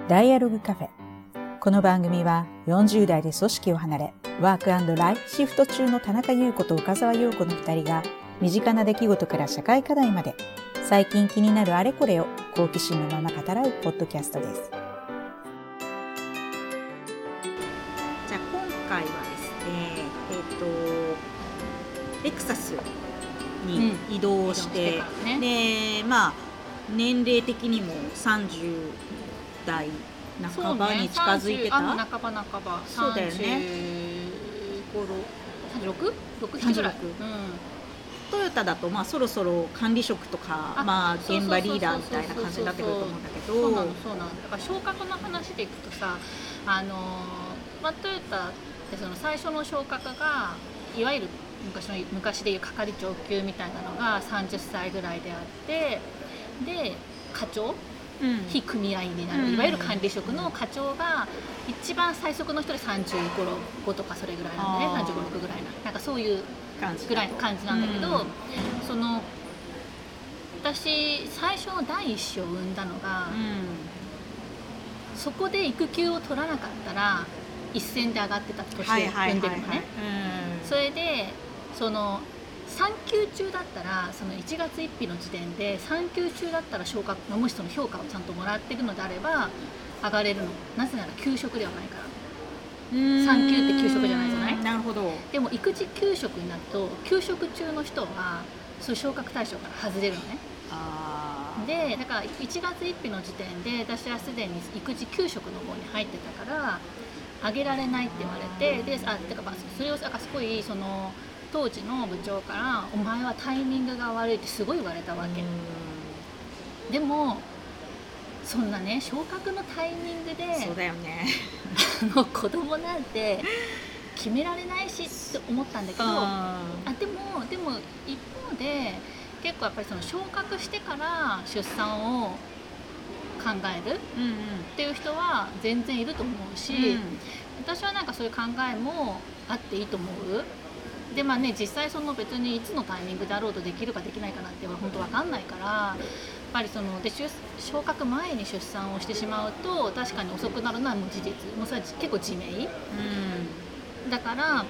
ダイアログカフェ。この番組は40代で組織を離れ、ワーク&ライフシフト中の田中優子と岡澤陽子の2人が、身近な出来事から社会課題まで、最近気になるあれこれを好奇心のまま語らうポッドキャストです。じゃあ今回はですね、レクサスに移動して、で、年齢的にも30代半ばに近づいてた、 半ばそうだよね、 36ぐらい、 トヨタだとそろそろ管理職とか現場リーダーみたいな感じになってくると思うんだけど、 そうなの。だから昇格の話でいくとさ、トヨタってその最初の昇格がいわゆる昔でいう係長級みたいなのが30歳ぐらいであって、で課長、非組合員になる、いわゆる管理職の課長が一番最速の人で35とかそれぐらいなんでね、35、6ぐらいなんかそういうぐらいの感じなんだけど、その私最初の第一子を産んだのが、そこで育休を取らなかったら一線で上がってた年で産んでるのね。それでその産休中だったら、その1月1日の時点で産休中だったら昇格の、もしその評価をちゃんともらってるのであれば上がれるの。なぜなら休職ではないから。産休って休職じゃないじゃない。 なるほど。 でも育児休職になると休職中の人はそういう昇格対象から外れるのね。でだから1月1日の時点で私はすでに育児休職の方に入ってたから上げられないって言われて、でそれをすごいその当時の部長からお前はタイミングが悪いってすごい言われたわけ。でもそんなね、昇格のタイミングでそうだよね子供なんて決められないしって思ったんだけど、でも一方で結構やっぱりその昇格してから出産を考えるっていう人は全然いると思うし、私はなんかそういう考えもあっていいと思う。で実際その別にいつのタイミングであろうとできるかできないかなんて本当わかんないから、やっぱりそので昇格前に出産をしてしまうと確かに遅くなるのはもう事実、もうそれは結構自明、だから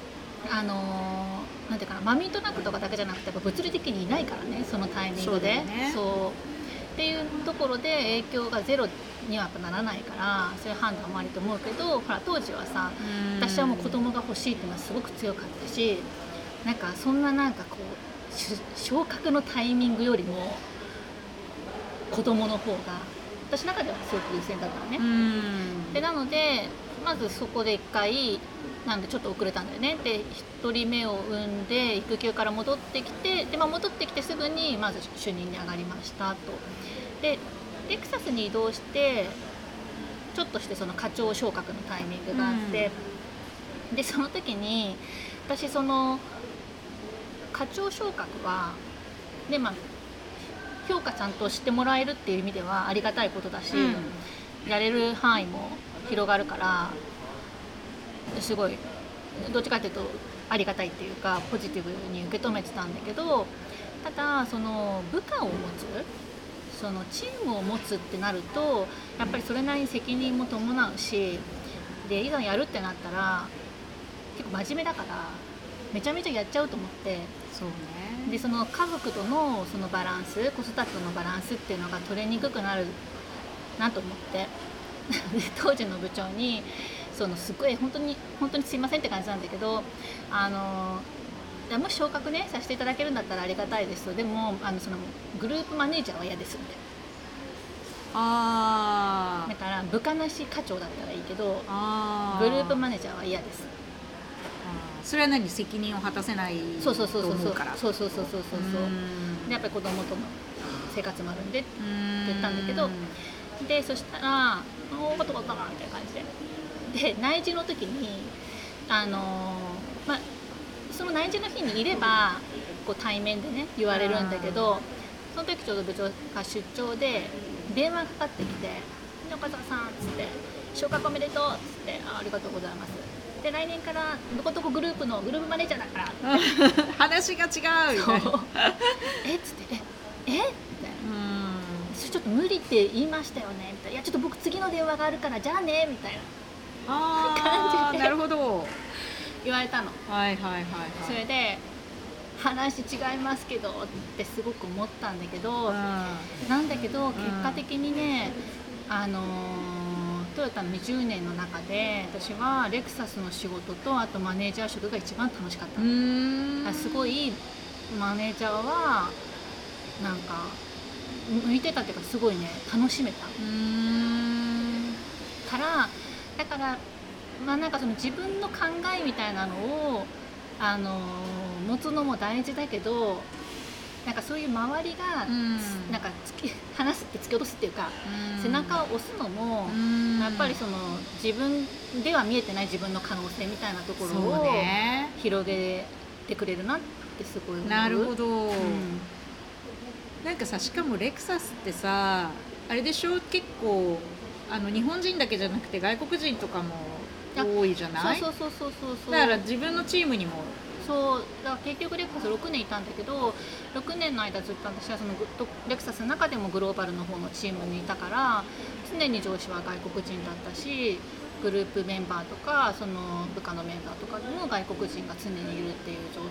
なんていうかな、マミートナックとかだけじゃなくてやっぱ物理的にいないからね、そのタイミングで。そうっていうところで影響がゼロにはやっぱならないから、そういう判断もありと思うけど、ほら当時はさ、私はもう子供が欲しいっていうのはすごく強かったし、なんかそんななんかこう昇格のタイミングよりも子供の方が私の中ではすごく優先だったのね。でなのでまずそこで一回なんでちょっと遅れたんだよね。で1人目を産んで育休から戻ってきて、で、戻ってきてすぐにまず主任に上がりましたと。でレクサスに移動してちょっとしてその課長昇格のタイミングがあって、でその時に私その課長昇格はで評価ちゃんと知ってもらえるっていう意味ではありがたいことだし、やれる範囲も広がるからすごいどっちかっていうとありがたいっていうかポジティブに受け止めてたんだけど、ただその部下を持つ、そのチームを持つってなるとやっぱりそれなりに責任も伴うし、でいざやるってなったら結構真面目だからめちゃめちゃやっちゃうと思って、でその家族とのそのバランス、子育てとのバランスっていうのが取れにくくなるなと思ってで当時の部長にすごい本当にすいませんって感じなんだけど、もし昇格ねさせていただけるんだったらありがたいですと、でもそのグループマネージャーは嫌ですみたいな。だから部下なし課長だったらいいけどグループマネージャーは嫌です。 それは何、責任を果たせないと思うから。 そうでやっぱり子供との生活もあるんでって言ったんだけど、でそしたらおことかったなみたいな感じで、内示の時にその内示の日にいればこう対面でね言われるんだけど、その時ちょうど部長が出張で電話かかってきて「岡澤さん」っつって「昇格おめでとう」っつって「ありがとうございます」で来年からどこどこグループのグループマネージャーだから話が違うみたいなえっつってえみたいな、ちょっょっと無理って言いましたよねみたいな、いやちょっと僕次の電話があるからじゃあねみたいな感じでなるほど言われたの。 はいはいはいはい。 それで話違いますけどってすごく思ったんだけど、なんだけど結果的にね、トヨタの20年の中で私はレクサスの仕事とあとマネージャー職が一番楽しかったの。すごいマネージャーはなんか向いてたっていうかすごいね楽しめたからだからまあなんかその自分の考えみたいなのを持つのも大事だけど、なんかそういう周りがなんか話すって突き落とすっていうか背中を押すのもやっぱりその自分では見えてない自分の可能性みたいなところを広げてくれるなってすごい思う。 なるほど、なんかさしかもレクサスってさあれでしょ、結構日本人だけじゃなくて外国人とかも多いじゃない。 そうだから自分のチームにもそうだから結局レクサス6年いたんだけど6年の間ずっと私はそのレクサスの中でもグローバルの方のチームにいたから常に上司は外国人だったしグループメンバーとかその部下のメンバーとかでも外国人が常にいるっていう状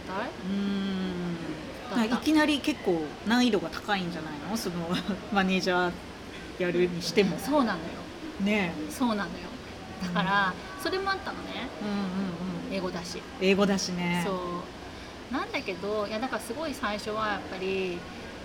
態。 いきなり結構難易度が高いんじゃないの、そのマネージャーやるにしても。 そうなのよね。 そうなのよ。だからそれもあったのね、英語だし。 英語だしね。 そうなんだけどいやだからすごい最初はやっぱり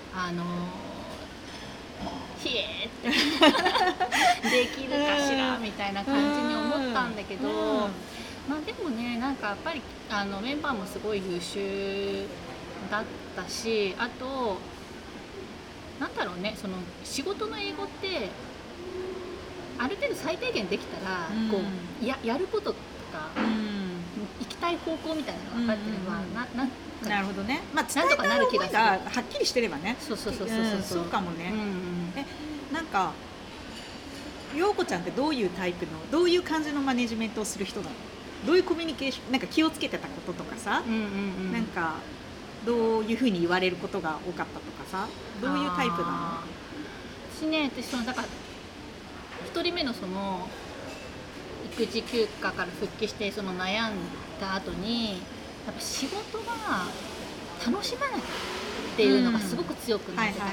ひえーってできるかしらみたいな感じに思ったんだけど、まあでもねなんかやっぱりメンバーもすごい優秀だったし、あとなんだろうね、その仕事の英語ってある程度最低限できたら、こうやることとか、行きたい方向みたいなのが分かってれば、 なるほどね。まあ伝えたい思いがはっきりしてればね。 そうそうかもね。なんか陽子ちゃんってどういうタイプのどういう感じのマネジメントをする人なの？どういうコミュニケーションなんか気をつけてたこととかさ、なんかどういうふうに言われることが多かったとかさ、どういうタイプなの？ 私そのだから1人目のその育児休暇から復帰してその悩んだ後にやっぱ仕事は楽しまなきゃっていうのがすごく強くなってたから、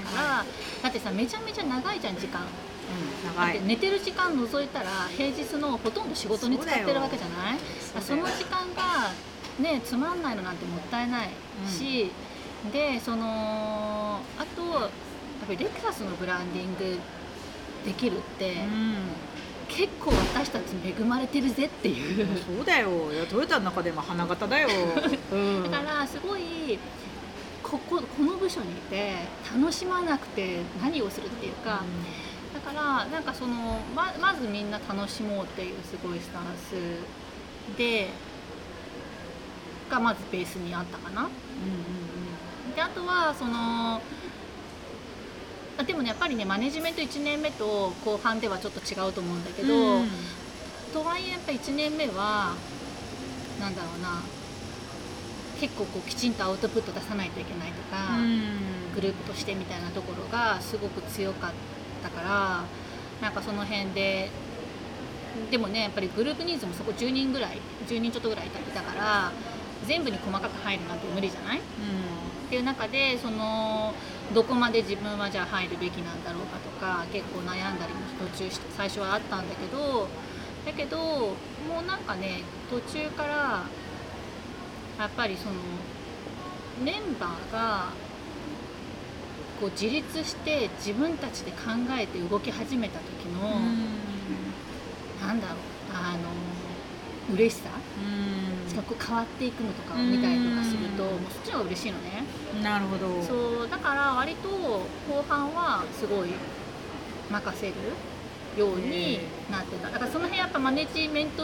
だってさめちゃめちゃ長いじゃん時間、だって寝てる時間除いたら平日のほとんど仕事に使ってるわけじゃない。その時間がねつまんないのなんてもったいないし、でそのあとやっぱりレクサスのブランディングできるって、結構私たち恵まれてるぜっていう。 そうだよ、トヨタの中でも花形だよ、 だからすごいこの部署にいて楽しまなくて何をするっていうか、だからなんかその まずみんな楽しもうっていうすごいスタンスでがまずベースにあったかな。であとはそのでもねやっぱりねマネジメント1年目と後半ではちょっと違うと思うんだけど、とはいえやっぱり1年目はなんだろうな、結構こうきちんとアウトプット出さないといけないとか、グループとしてみたいなところがすごく強かったから、なんかその辺ででもねやっぱりグループ人数もそこ10人ちょっとぐらいいたから全部に細かく入るなんて無理じゃない、っていう中でそのどこまで自分はじゃあ入るべきなんだろうかとか結構悩んだりも途中最初はあったんだけどもうなんかね途中からやっぱりそのメンバーがこう自立して自分たちで考えて動き始めた時のなんだろう嬉しさ、こう変わっていくのとかを見たりとかするともうそっちの方が嬉しいのね。 なるほど。 そうだから割と後半はすごい任せるようになってた。だからその辺やっぱマネジメント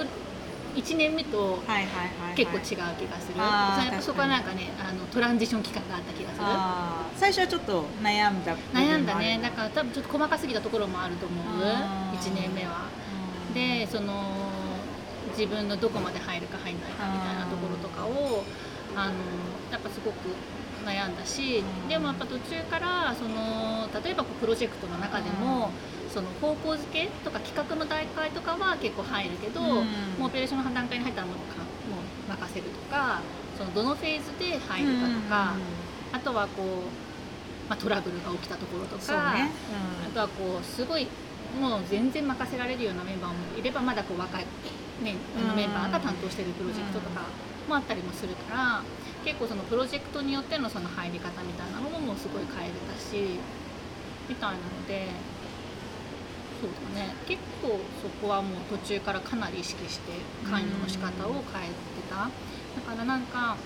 1年目と結構違う気がする。やっぱそこはなんかねトランジション期間があった気がする。 最初はちょっと悩んだね。だから多分ちょっと細かすぎたところもあると思う1年目は。でその自分のどこまで入るか入らないかみたいなところとかをやっぱすごく悩んだし、でもやっぱ途中から例えばプロジェクトの中でも、その方向づけとか企画の段階とかは結構入るけど、もうオペレーションの段階に入ったらもう任せるとか、そのどのフェーズで入るかとか、あとはトラブルが起きたところとか、あとはすごいもう全然任せられるようなメンバーもいれば、まだ若い、メンバーが担当しているプロジェクトとかもあったりもするから、結構そのプロジェクトによってのその入り方みたいなのももうすごい変えれたしみたいなので、そうだね、結構そこはもう途中からかなり意識して関与の仕方を変えてた。だからなんか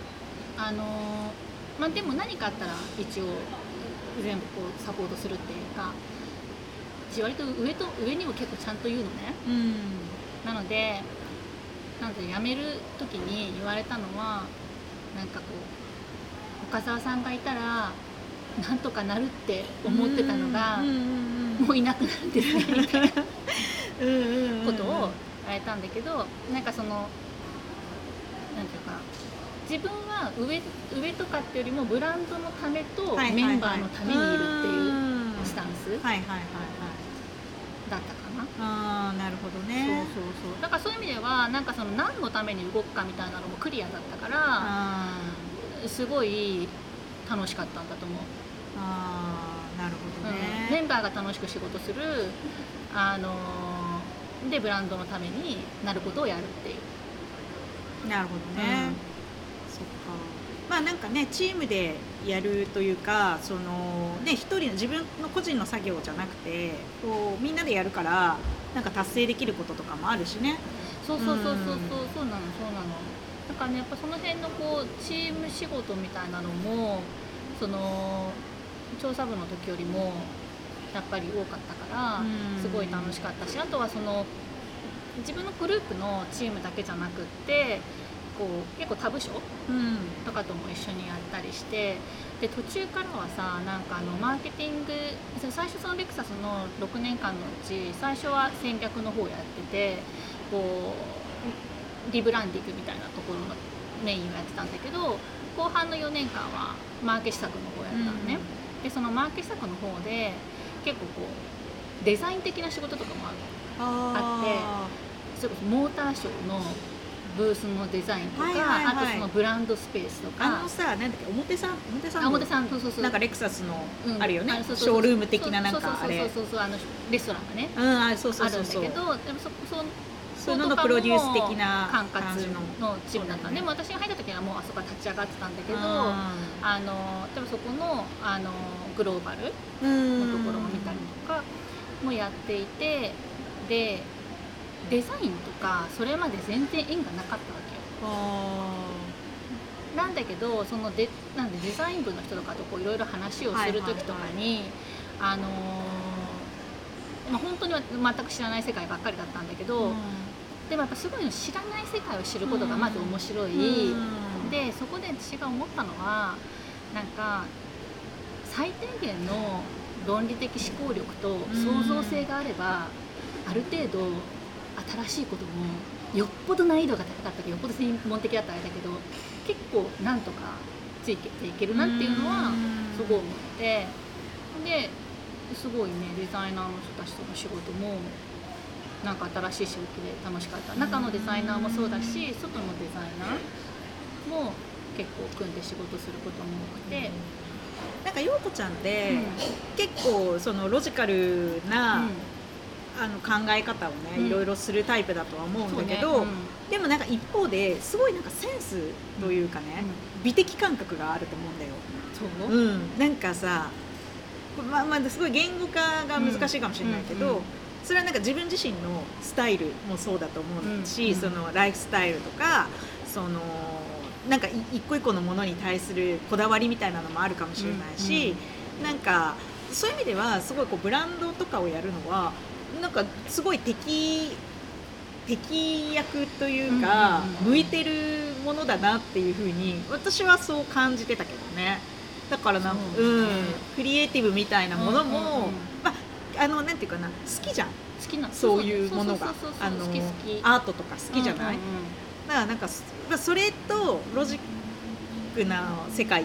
でも何かあったら一応全部サポートするっていうか、割と上にも結構ちゃんと言うのね、なので辞める時に言われたのは、なんか岡澤さんがいたらなんとかなるって思ってたのがもういなくなるんですねみたいなことを言われたんだけど、なんかなんていうか、自分は上とかっていうよりもブランドのためとメンバーのためにいるっていうスタンスだったかな。 なるほどね。 だからそういう意味ではなんか何のために動くかみたいなのもクリアだったから、すごい楽しかったんだと思う。 なるほどね。 メンバーが楽しく仕事する、でブランドのためになることをやるっていう。 なるほどね。そっか。なんかね、チームでやるというか、一人の自分の個人の作業じゃなくて、みんなでやるからなんか達成できることとかもあるしね。 そうなの。だからね、やっぱその辺のチーム仕事みたいなのも調査部の時よりもやっぱり多かったからすごい楽しかったし、あとは自分のグループのチームだけじゃなくって結構他部署とかとも一緒にやったりして、で途中からはさ、なんかマーケティング、最初レクサスの6年間のうち最初は戦略の方をやってて、リブランディングみたいなところのメインをやってたんだけど、後半の4年間はマーケ施策の方をやってたのね。でそのマーケ施策の方で結構デザイン的な仕事とかもあって、それこそモーターショーのブースのデザインとか、あとそのブランドスペースとか、 なんだっけ、表参そうなんかレクサスのあるよね、ショールーム的な、なんかあれ、 レストランがね、あるんだけど、でもそのプロデュース的な管轄のチームだった。でも私が入った時はもうあそこは立ち上がってたんだけど、でもそこのグローバルのところを見たりとかもやっていて、でデザインとかそれまで全然縁がなかったわけよ。なんだけどなんでデザイン部の人とかといろいろ話をする時とかに、本当に全く知らない世界ばっかりだったんだけど、でもやっぱすごい知らない世界を知ることがまず面白い。でそこで私が思ったのは、なんか最低限の論理的思考力と創造性があれば、ある程度新しいこともよっぽど難易度が高かったけど、よっぽど専門的だったあれだけど、結構なんとかついていけるなっていうのはすごい思って、ですごいね、デザイナーの人たちとの仕事もなんか新しい仕事で楽しかった。中のデザイナーもそうだし、外のデザイナーも結構組んで仕事することも多くて、 なんか陽子ちゃんって、結構ロジカルな、考え方をね、いろいろするタイプだとは思うんだけど、でもなんか一方ですごいなんかセンスというかね、美的感覚があると思うんだよ。なんかさ、すごい言語化が難しいかもしれないけど、それはなんか自分自身のスタイルもそうだと思うし、ライフスタイルとかなんか一個一個のものに対するこだわりみたいなのもあるかもしれないし、なんかそういう意味ではすごいブランドとかをやるのはなんかすごい適役というか、向いてるものだなっていうふうに私はそう感じてたけどね。だからなんかクリエイティブみたいなものも、なんていうかな、好きじゃん。 好きなそういうものがアートとか好きじゃない？だからなんかそれとロジクな世界って、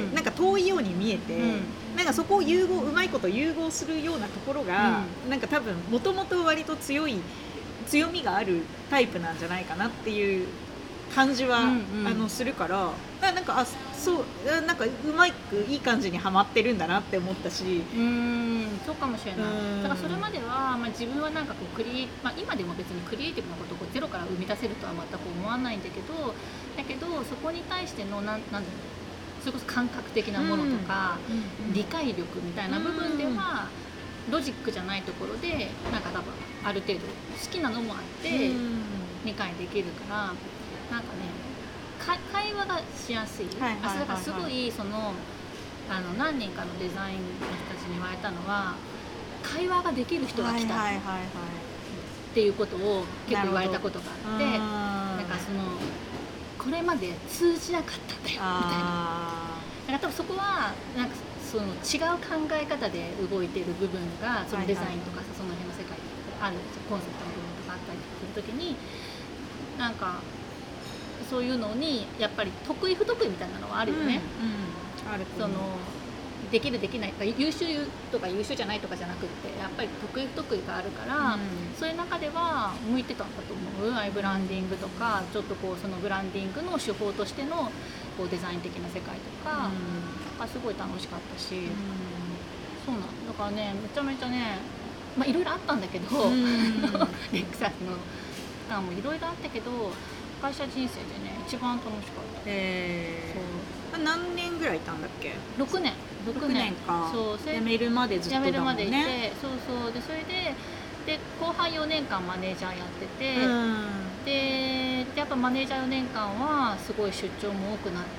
なんか遠いように見えて、なんかそこをうまいこと融合するようなところが、なんか多分もともと割と強みがあるタイプなんじゃないかなっていう感じは、するから、なんかそうなんかうまくいい感じにはまってるんだなって思ったし、 そうかもしれない。だからそれまでは、自分はなんかこう今でも別にクリエイティブなことをゼロから生み出せるとは全く思わないんだけどそこに対してのなんだろう、それこそ感覚的なものとか、理解力みたいな部分では、ロジックじゃないところでなんか多分ある程度好きなのもあって理解できるから、なんかね会話がしやすい。だからすごい何人かのデザインの人たちに言われたのは、会話ができる人が来たっていうことを結構言われたことがあって、なんかこれまで通じなかったんだよみたいな。なんか多分そこはなんかその違う考え方で動いている部分がそのデザインとかその辺の世界にあるコンセプトの部分とかあったりするときに、なんかそういうのにやっぱり得意不得意みたいなのはあるよね。 あると思う。 できるできないとか優秀とか優秀じゃないとかじゃなくって、やっぱり得意不得意があるから、そういう中では向いてたんだと思う。ブランディングとかちょっとこうそのブランディングの手法としてのこうデザイン的な世界とか、すごい楽しかったし、そうなんだからね、めちゃめちゃね、いろいろあったんだけどレクサスの期間もいろいろあったけど、会社人生でね一番楽しかった。 そう何年ぐらいいたんだっけ ？6年か。そう、 辞めるまでずっとだもんね。辞めるまでいて、 そうでそれで後半4年間マネージャーやってて、でやっぱマネージャー4年間はすごい出張も多くなって、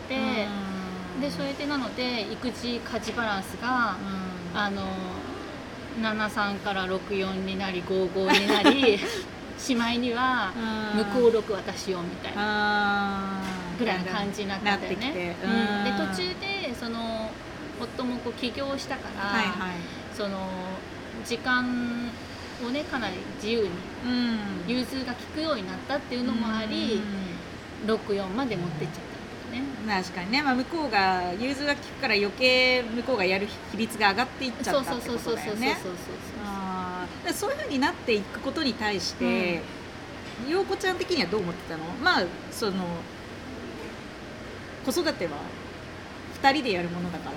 でそれでなので育児家事バランスが、73から64になり55になりしまいには向こう6私4みたいなぐらいの感じになったんだよね。で途中で夫もこう起業したから、その時間をねかなり自由に融通が利くようになったっていうのもあり、64まで持ってっちゃったんだよね。 確かにね、向こうが融通が利くから余計向こうがやる比率が上がっていっちゃったってことだよね。そういう風になっていくことに対して、陽子ちゃん的にはどう思ってたの？子育ては2人でやるものだから、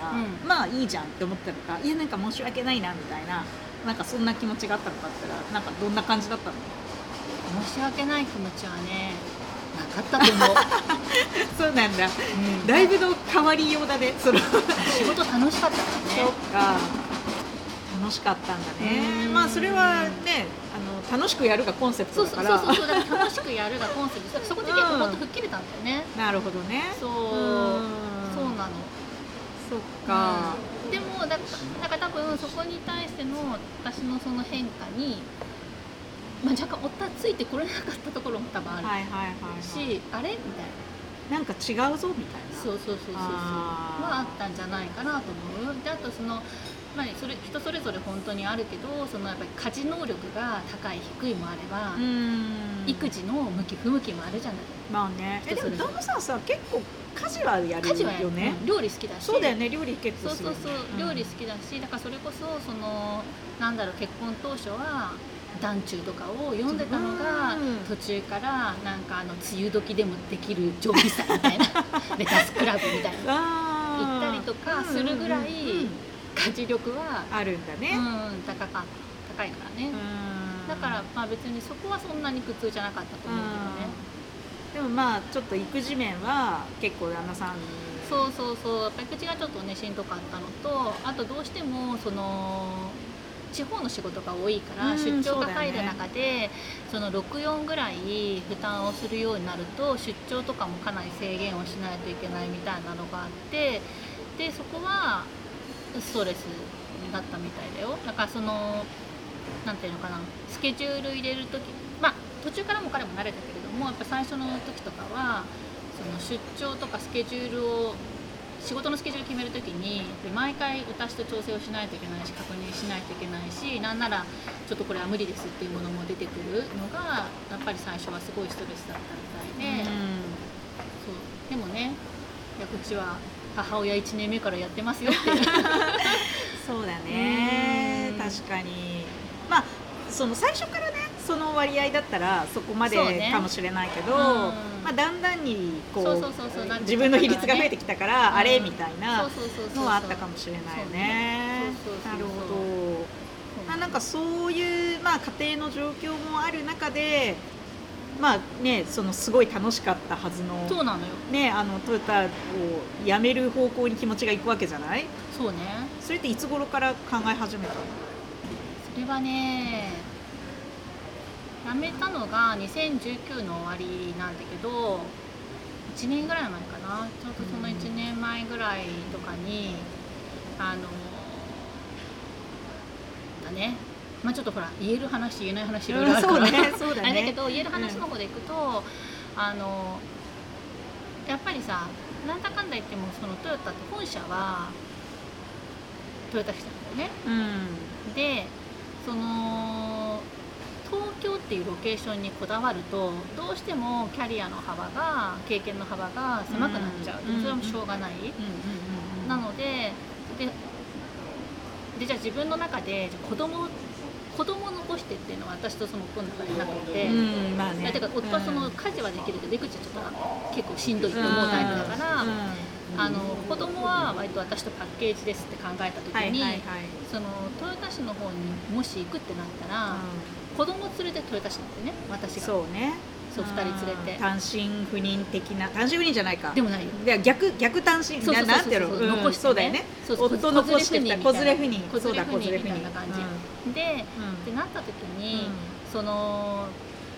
いいじゃんって思ったのか、いやなんか申し訳ないなみたいな、なんかそんな気持ちがあったのかって言ったら、なんかどんな感じだったの？ 申し訳ない気持ちはねなかったと思うそうなんだ、だいぶの変わりようだね。 仕事楽しかったからね。 そっか、楽しかったんだね。それはね、楽しくやるがコンセプトだから。 そうだから楽しくやるがコンセプト。そこで結構本当吹っ切れたんだよね。 なるほどね。 そうなの。 そっか。 でもだから多分そこに対しての私のその変化に、若干夫はついてこれなかったところも多分あるし、あれみたいな。なんか違うぞみたいな。 そうはあったんじゃないかなと思う。であとそれ人それぞれ本当にあるけど、やっぱり家事能力が高い低いもあれば、育児の向き不向きもあるじゃない。 まあね。でも旦那さんさ、結構家事はやるよね。 料理好きだし。 そうだよね、料理結構する。 料理好きだし、だからそれこそ結婚当初は団中とかを読んでたのが、途中からなんか梅雨時でもできる常備菜みたいなレタスクラブみたいな行ったりとかするぐらい家事力はあるんだね。 高いからね。だから別にそこはそんなに苦痛じゃなかったと思うけどね。 でもちょっと育児面は結構旦那さんそうやっぱ育児がちょっとねしんどかったのと、あとどうしても地方の仕事が多いから出張が入る中で64ぐらい負担をするようになると出張とかもかなり制限をしないといけないみたいなのがあって、でそこはストレスだったみたいだよ。だからなんていうのかな、スケジュール入れる時、途中からも彼も慣れたけれども、やっぱ最初の時とかは出張とかスケジュールを仕事のスケジュール決めるときに毎回私と調整をしないといけないし、確認しないといけないし、なんならちょっとこれは無理ですっていうものも出てくるのがやっぱり最初はすごいストレスだったみたいで、そうでもねやこっちは母親1年目からやってますよっていうそうだね、確かに。まあその最初からねその割合だったらそこまでかもしれないけど、まあ、だんだんにこう自分の比率が増えてきたから、あれみたいなのはあったかもしれないよね。なるほど。なんかそういう、まあ、家庭の状況もある中で、まあね、そのすごい楽しかったはずの、 そうなのよ、 ね、トヨタを辞める方向に気持ちがいくわけじゃない。 そうね。 それっていつ頃から考え始めたの？ それはね、辞めたのが2019の終わりなんだけど、1年ぐらい前かな、ちょうどその1年前ぐらいとかに、だね、まあ、ちょっとほら言える話言えない話いろいろあるから、そうだね、あれだけど言える話の方でいくと、やっぱりさ、なんだかんだ言ってもそのトヨタって本社はトヨタ市なんだよね、でその東京っていうロケーションにこだわるとどうしてもキャリアの幅が経験の幅が狭くなっちゃう、それはもうしょうがない、なのでじゃあ自分の中で子供を残してっていうのは私とその夫の中でなくて、まあね、だから夫はその家事はできるけど出口ちょっと結構しんどいと思うタイプだから、子供は割と私とパッケージですって考えた時に、その豊田市の方にもし行くってなったら、子供連れて豊田市なんだよね、私が。そうね、そう2人連れて単身赴任的な、単身赴任じゃないか、 でもないよ、 逆単身、なんていうの、残して、そうだよね、夫残してきた子連れ赴任、そうだ、子連れ赴任みたいな感じで、ってなった時に、その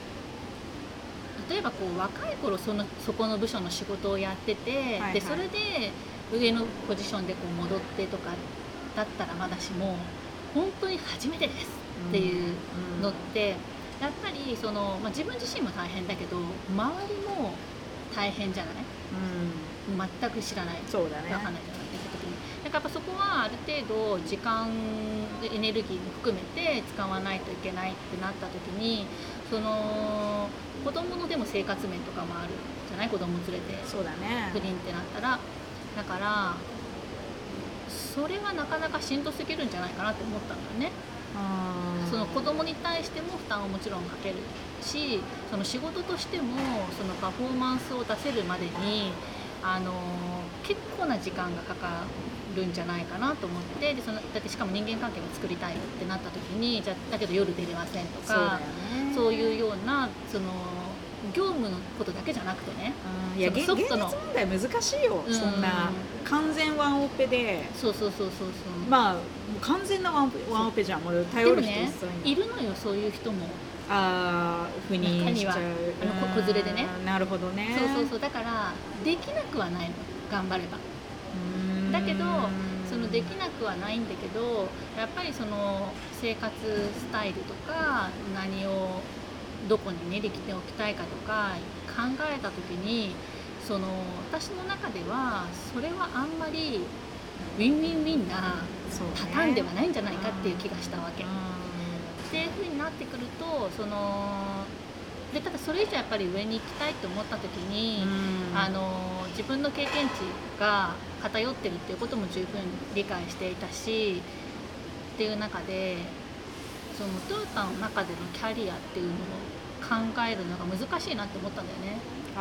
例えばこう若い頃そこの部署の仕事をやってて、でそれで上のポジションでこう戻ってとかだったらまだしも、本当に初めてですっていうのって、やっぱりその、自分自身も大変だけど周りも大変じゃない、全く知らない、そうだね、分かんないじゃないって時に、だからやっぱそこはある程度時間エネルギーも含めて使わないといけないってなった時に、その子供のでも生活面とかもあるじゃない、子供連れてそうだね、 不倫ってなったら、だからそれはなかなかしんどすぎるんじゃないかなって思ったんだよね。その子供に対しても負担をもちろんかけるし、その仕事としてもそのパフォーマンスを出せるまでに結構な時間がかかるんじゃないかなと思って、でだってしかも人間関係を作りたいってなった時に、じゃだけど夜出れませんとか、そういうようなその業務のことだけじゃなくてね、 いや現実問題難しいよ、そんな完全ワンオペで、まあ完全なワンオペじゃん、もう頼る人いるのよ、そういう人も。 赴任しちゃう、 子連れでね。 なるほどね。 そうだからできなくはないの、頑張れば。だけどそのできなくはないんだけど、やっぱりその生活スタイルとか何をどこにね力点を置きたいかとか考えた時に、その私の中ではそれはあんまりウィンウィンウィンなパターンではないんじゃないかっていう気がしたわけ。っていう風になってくると、そのでただそれ以上やっぱり上に行きたいと思った時に、自分の経験値が偏ってるっていうことも十分理解していたしっていう中で、そのトヨタの中でのキャリアっていうのを考えるのが難しいなって思ったんだよね。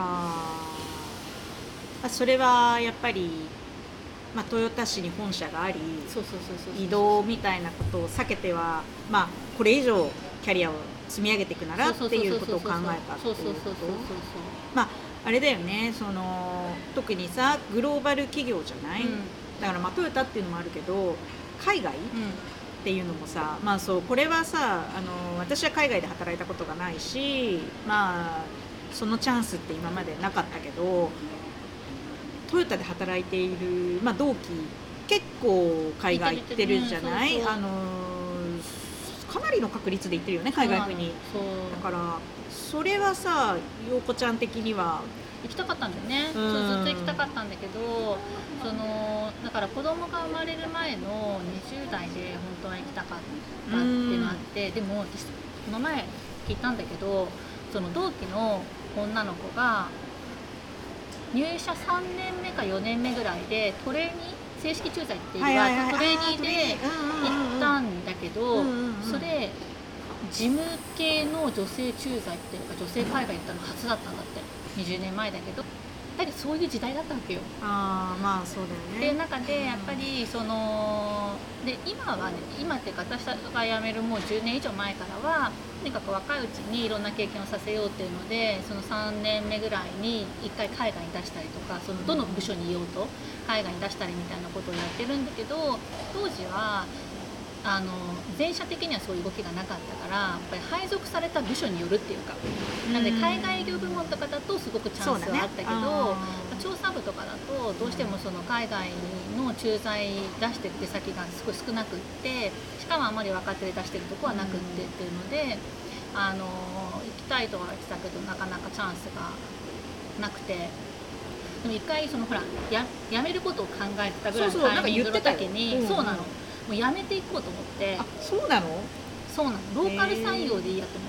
それはやっぱり、豊田市に本社があり、移動みたいなことを避けては、これ以上キャリアを積み上げていくならっていうことを考えたっていうこと。あれだよね、その特にさグローバル企業じゃない、だからトヨタっていうのもあるけど海外、っていうのもさ、そうこれはさ私は海外で働いたことがないし、そのチャンスって今までなかったけど、トヨタで働いている、同期結構海外行ってるじゃない、かなりの確率で行ってるよね、海外に。だからそれはさ、陽子ちゃん的には行きたかったんだよね、ずっと行きたかったんだけど、だから子供が生まれる前の20代で本当は行きたかったっていうのがあって、でも私この前聞いたんだけど、その同期の女の子が入社3年目か4年目ぐらいでトレーニー正式駐在っていうかトレーニーで行ったんだけど、それ事務系の女性駐在っていうか女性海外行ったの初だったんだって。20年前だけど、だけどそういう時代だったわけよ。 まあそうだよね。 っていう中でやっぱりそので今はね、今っていうか私が辞めるもう10年以上前からはとにかく若いうちにいろんな経験をさせようっていうので、その3年目ぐらいに1回海外に出したりとか、そのどの部署にいようと海外に出したりみたいなことをやってるんだけど、当時は前者的にはそういう動きがなかったから、やっぱり配属された部署によるっていうか、なので海外営業部門とかだとすごくチャンスはあったけど、調査部とかだとどうしてもその海外の駐在出してる手先がすごい少なくって、しかもあまり若手で出してるとこはなくってっていうので、行きたいとは言ってたけどなかなかチャンスがなくて。でも一回そのほら辞めることを考えてたぐらいのタイミングの時に、そうなの。もうやめていこうと思って。 そうなの？ そうなの。ローカル採用でいいやと思って。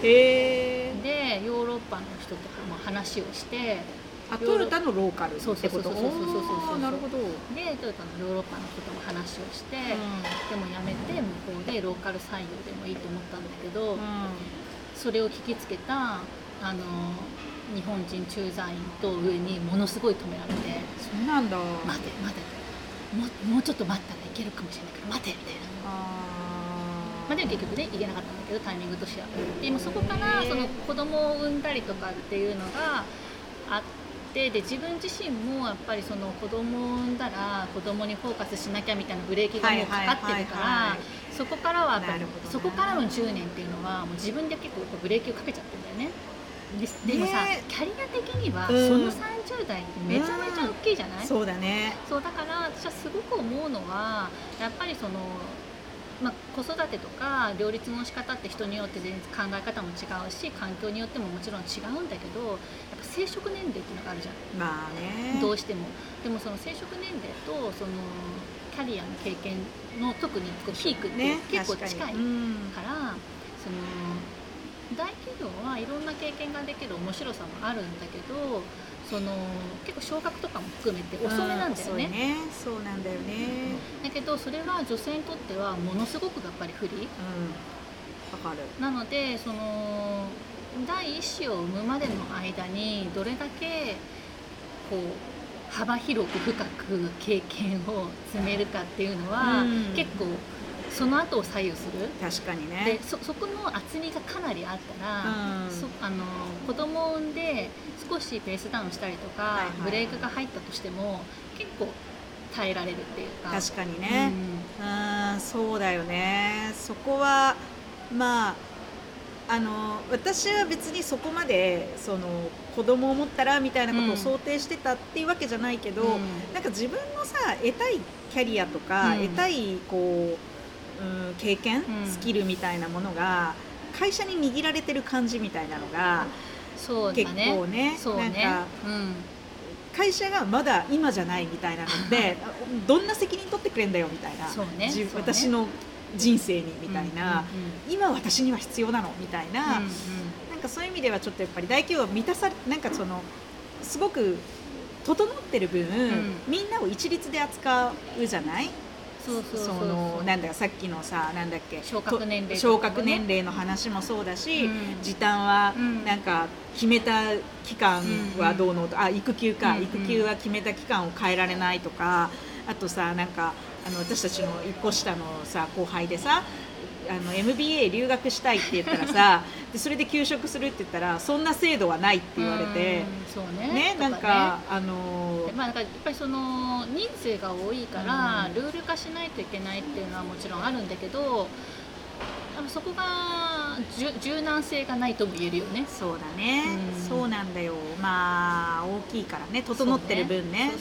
でヨーロッパの人とかも話をして、 トヨタのローカルってこと？ そうなるほど。 でトヨタのヨーロッパの人とも話をして、でもやめて向こうでローカル採用でもいいと思ったんだけど、それを聞きつけた日本人駐在員と上にものすごい止められて。 そうなんだ。 待てもうちょっと待ったらいけるかもしれないから待てみたいな。でも結局ね行けなかったんだけど、タイミングとしては。でもそこからその子供を産んだりとかっていうのがあって、で自分自身もやっぱりその子供を産んだら子供にフォーカスしなきゃみたいなブレーキがもうかかってるから、そこからはやっぱり、そこからの10年っていうのはもう自分で結構ブレーキをかけちゃってるんだよね。でもさ、キャリア的にはその30代ってめちゃめちゃ大きいじゃない？ そうだね。 そうだから私はすごく思うのはやっぱりその、子育てとか両立の仕方って人によって全然考え方も違うし、環境によってももちろん違うんだけど、やっぱ生殖年齢っていうのがあるじゃん。どうしても。でもその生殖年齢とそのキャリアの経験の特にピークって結構近いから、その大企業はいろんな経験ができる面白さもあるんだけど、その結構昇格とかも含めて遅めなんだよね。 そうなんだよね。 だけどそれは女性にとってはものすごくやっぱり不利。 わかる。 なのでその第一子を産むまでの間にどれだけこう幅広く深く経験を積めるかっていうのは、結構その後を左右する。 確かにね。 でそこの厚みがかなりあったら、子供を産んで少しペースダウンしたりとか、ブレークが入ったとしても結構耐えられるっていうか。 確かにね。そうだよね。そこは私は別にそこまでその子供を持ったらみたいなことを想定してたっていうわけじゃないけど、なんか自分のさ得たいキャリアとか、得たいこう経験、スキルみたいなものが会社に握られてる感じみたいなのが結構ね、なんか会社がまだ今じゃないみたいなのでどんな責任取ってくれんだよみたいな、私の人生にみたいな、今私には必要なのみたいな、なんかそういう意味ではちょっとやっぱり大企業は満たされ、なんかそのすごく整ってる分、みんなを一律で扱うじゃない。なんださっきのさ、なんだっけ、昇格年齢の話もそうだし、時短はなんか決めた期間はどうのと、育休は決めた期間を変えられないとか、あとさ、なんか私たちの1個下のさ後輩でさ、MBA 留学したいって言ったらさでそれで休職するって言ったらそんな制度はないって言われて、なんかなんかやっぱりその人数が多いからルール化しないといけないっていうのはもちろんあるんだけど、そこが柔軟性がないとも言えるよね。そうだね、そうなんだよ。大きいからね、整ってる分ね。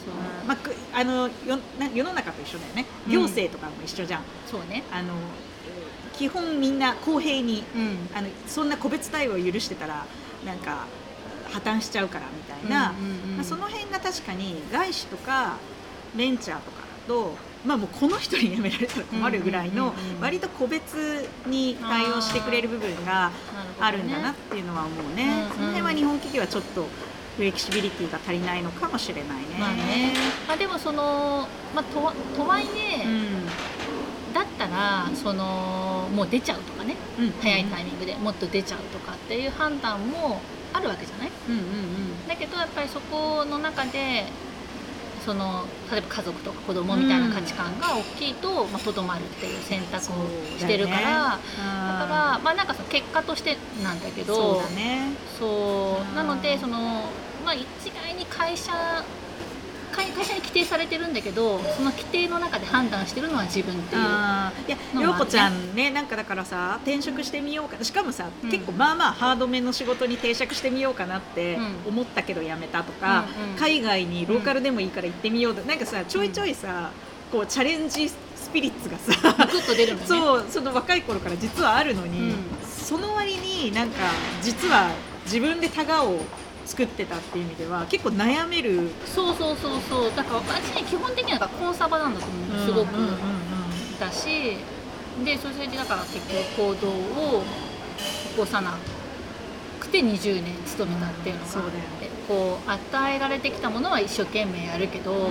世の中と一緒だよね。行政とかも一緒じゃん。そうね。基本みんな公平に、そんな個別対応を許してたらなんか破綻しちゃうからみたいな、その辺が確かに外資とかベンチャーとかだと、もうこの人に辞められたら困るぐらいの割と個別に対応してくれる部分があるんだなっていうのは思うね。その辺は日本企業はちょっとフレキシビリティが足りないのかもしれないね。 でもとはいえ、だったらもう出ちゃうとかね、早いタイミングでもっと出ちゃうとかっていう判断もあるわけじゃない、だけどやっぱりそこの中で例えば家族とか子供みたいな価値観が大きいととどまるっていう選択をしてるから、だからなんか結果としてなんだけど、なので一概に会社に規定されてるんだけど、その規定の中で判断してるのは自分っていう。いや陽子ちゃんね、なんかだからさ転職してみようか、しかもさ、結構まあまあハードめの仕事に定着してみようかなって思ったけど辞めたとか、海外にローカルでもいいから行ってみようと、なんかさちょいちょいさこうチャレンジスピリッツがさグッと出るのね。 その若い頃から実はあるのに、その割になんか実は自分でタガを作ってたっていう意味では結構悩める。 そうだから私基本的にはコンサバなんだと思う、すごく、だし、でそれでだから結局行動を起こさなくて20年勤めたっていうのが、こう与えられてきたものは一生懸命やるけど、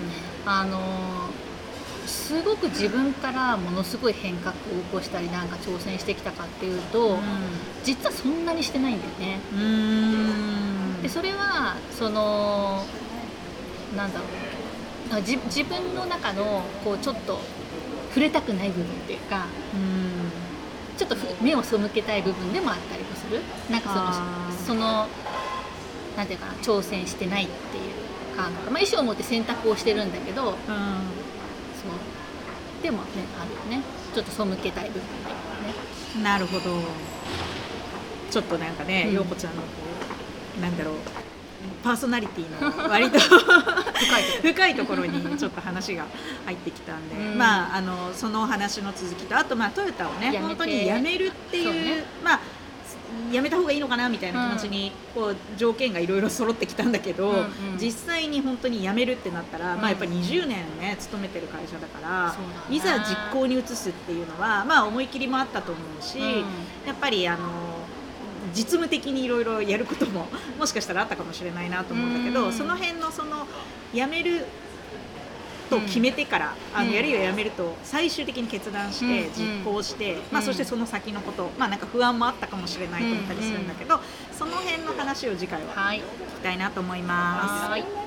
すごく自分からものすごい変革を起こしたりなんか挑戦してきたかっていうと、実はそんなにしてないんだよね。でそれはなんだろう、自分の中のこうちょっと触れたくない部分っていうか、ちょっと目を背けたい部分でもあったりもする。なんかなんていうかな、挑戦してないっていうか、意思を持って選択をしてるんだけど、でもねあるよね、ちょっと背けたい部分でね。 なるほど。ちょっとなんかね、陽子ちゃんのなんだろう、パーソナリティの割と深いところにちょっと話が入ってきたんで、その話の続きと、あとトヨタをね本当に辞めるっていう、辞めた方がいいのかなみたいな気持ちにこう条件がいろいろ揃ってきたんだけど、実際に本当に辞めるってなったら、やっぱり20年ね勤めてる会社だから、いざ実行に移すっていうのは思い切りもあったと思うし、やっぱり実務的にいろいろやることももしかしたらあったかもしれないなと思うんだけど、その辺の辞めると決めてから、やるよやめると最終的に決断して実行して、そしてその先のこと、なんか不安もあったかもしれないと思ったりするんだけど、その辺の話を次回は聞きたいなと思います。